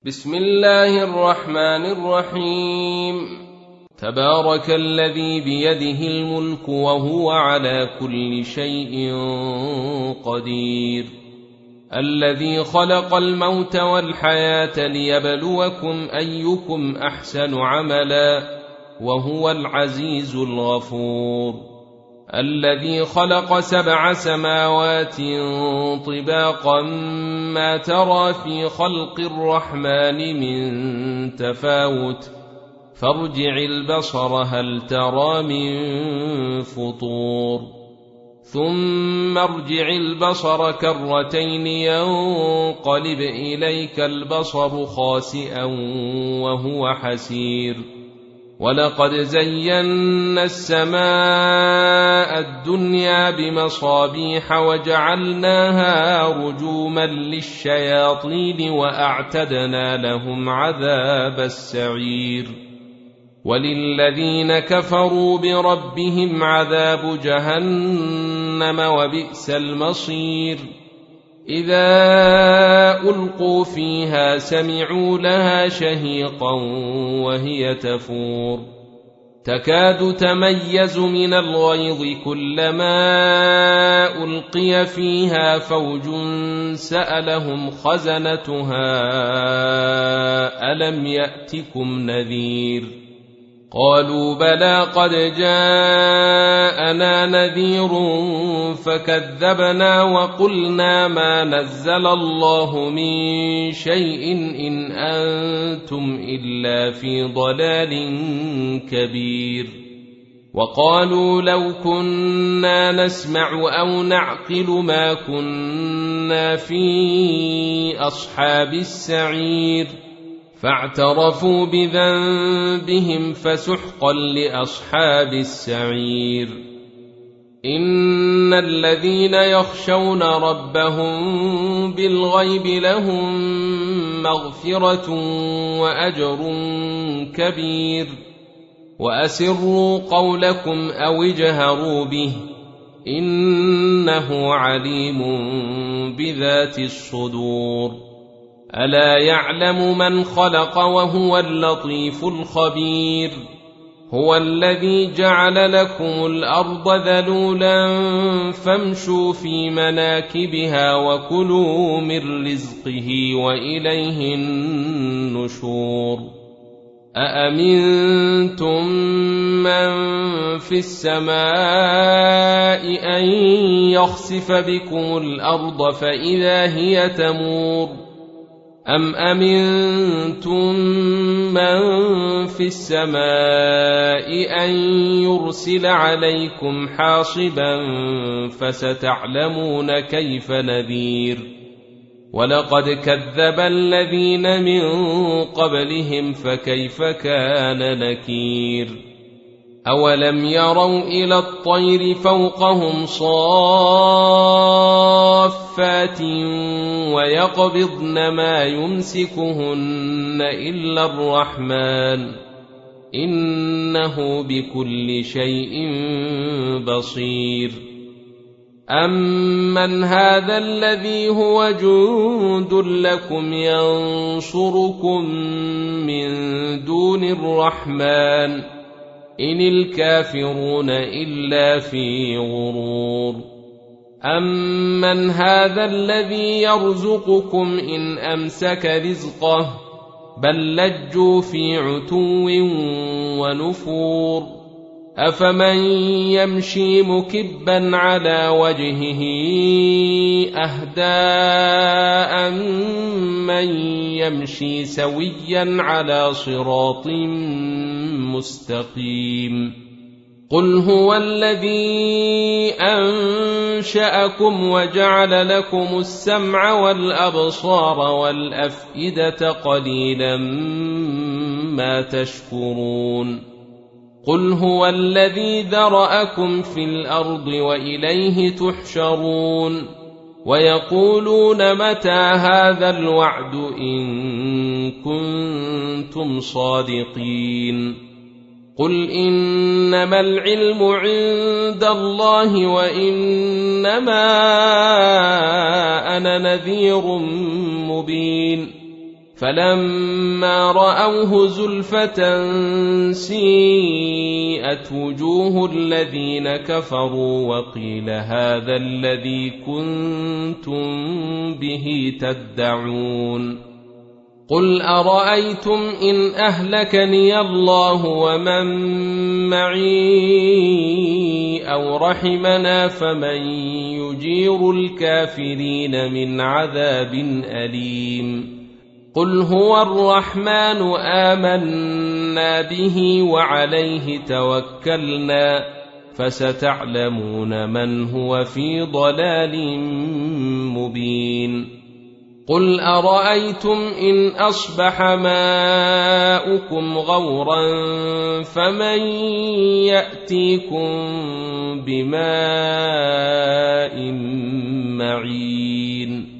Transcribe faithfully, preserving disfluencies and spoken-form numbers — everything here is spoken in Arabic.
بسم الله الرحمن الرحيم. تبارك الذي بيده الملك وهو على كل شيء قدير، الذي خلق الموت والحياة ليبلوكم أيكم أحسن عملا وهو العزيز الغفور، الذي خلق سبع سماوات طباقا ما ترى في خلق الرحمن من تفاوت فارجع البصر هل ترى من فطور، ثم ارجع البصر كرتين ينقلب إليك البصر خاسئا وهو حسير، ولقد زينا السماء الدنيا بمصابيح وجعلناها رجوما للشياطين وأعتدنا لهم عذاب السعير، وللذين كفروا بربهم عذاب جهنم وبئس المصير. إذا ألقوا فيها سمعوا لها شهيقا وهي تفور، تكاد تميز من الغيظ كلما ألقي فيها فوج سألهم خزنتها ألم يأتكم نذير، قالوا بلى قد جاءنا نذير فكذبنا وقلنا ما نزل الله من شيء إن أنتم إلا في ضلال كبير، وقالوا لو كنا نسمع أو نعقل ما كنا في أصحاب السعير، فاعترفوا بذنبهم فسحقا لأصحاب السعير. إن الذين يخشون ربهم بالغيب لهم مغفرة وأجر كبير، وأسروا قولكم أو اجهروا به إنه عليم بذات الصدور. ألا يعلم من خلق وهو اللطيف الخبير، هو الذي جعل لكم الأرض ذلولا فامشوا في مناكبها وكلوا من رزقه وإليه النشور. أأمنتم من في السماء أن يخسف بكم الأرض فإذا هي تمور، أم أمنتم من في السماء أن يرسل عليكم حاصبا فستعلمون كيف نذير. ولقد كذب الذين من قبلهم فكيف كان نكير. أولم يروا إلى الطير فوقهم صافات ويقبضن ما يمسكهن إلا الرحمن إنه بكل شيء بصير. أمن هذا الذي هو جند لكم ينصركم من دون الرحمن إن الكافرون إلا في غرور. أمن هذا الذي يرزقكم إن أمسك رزقه بل لجوا في عتو ونفور. أفمن يمشي مكبا على وجهه أهدى أمن يمشي سويا على صراط مستقيم. قل هو الذي أنشأكم وجعل لكم السمع والأبصار والأفئدة قليلا ما تشكرون. قل هو الذي ذرأكم في الأرض وإليه تحشرون. ويقولون متى هذا الوعد إن كنتم صادقين. قل إنما العلم عند الله وإنما أنا نذير مبين. فلما رأوه زلفة سيئت وجوه الذين كفروا وقيل هذا الذي كنتم به تدعون قل أرأيتم إن أهلكني الله ومن معي أو رحمنا فمن يجير الكافرين من عذاب أليم قل هو الرحمن آمنا به وعليه توكلنا فستعلمون من هو في ضلال مبين قل أرأيتم إن أصبح ماؤكم غورا فمن يأتيكم بماء معين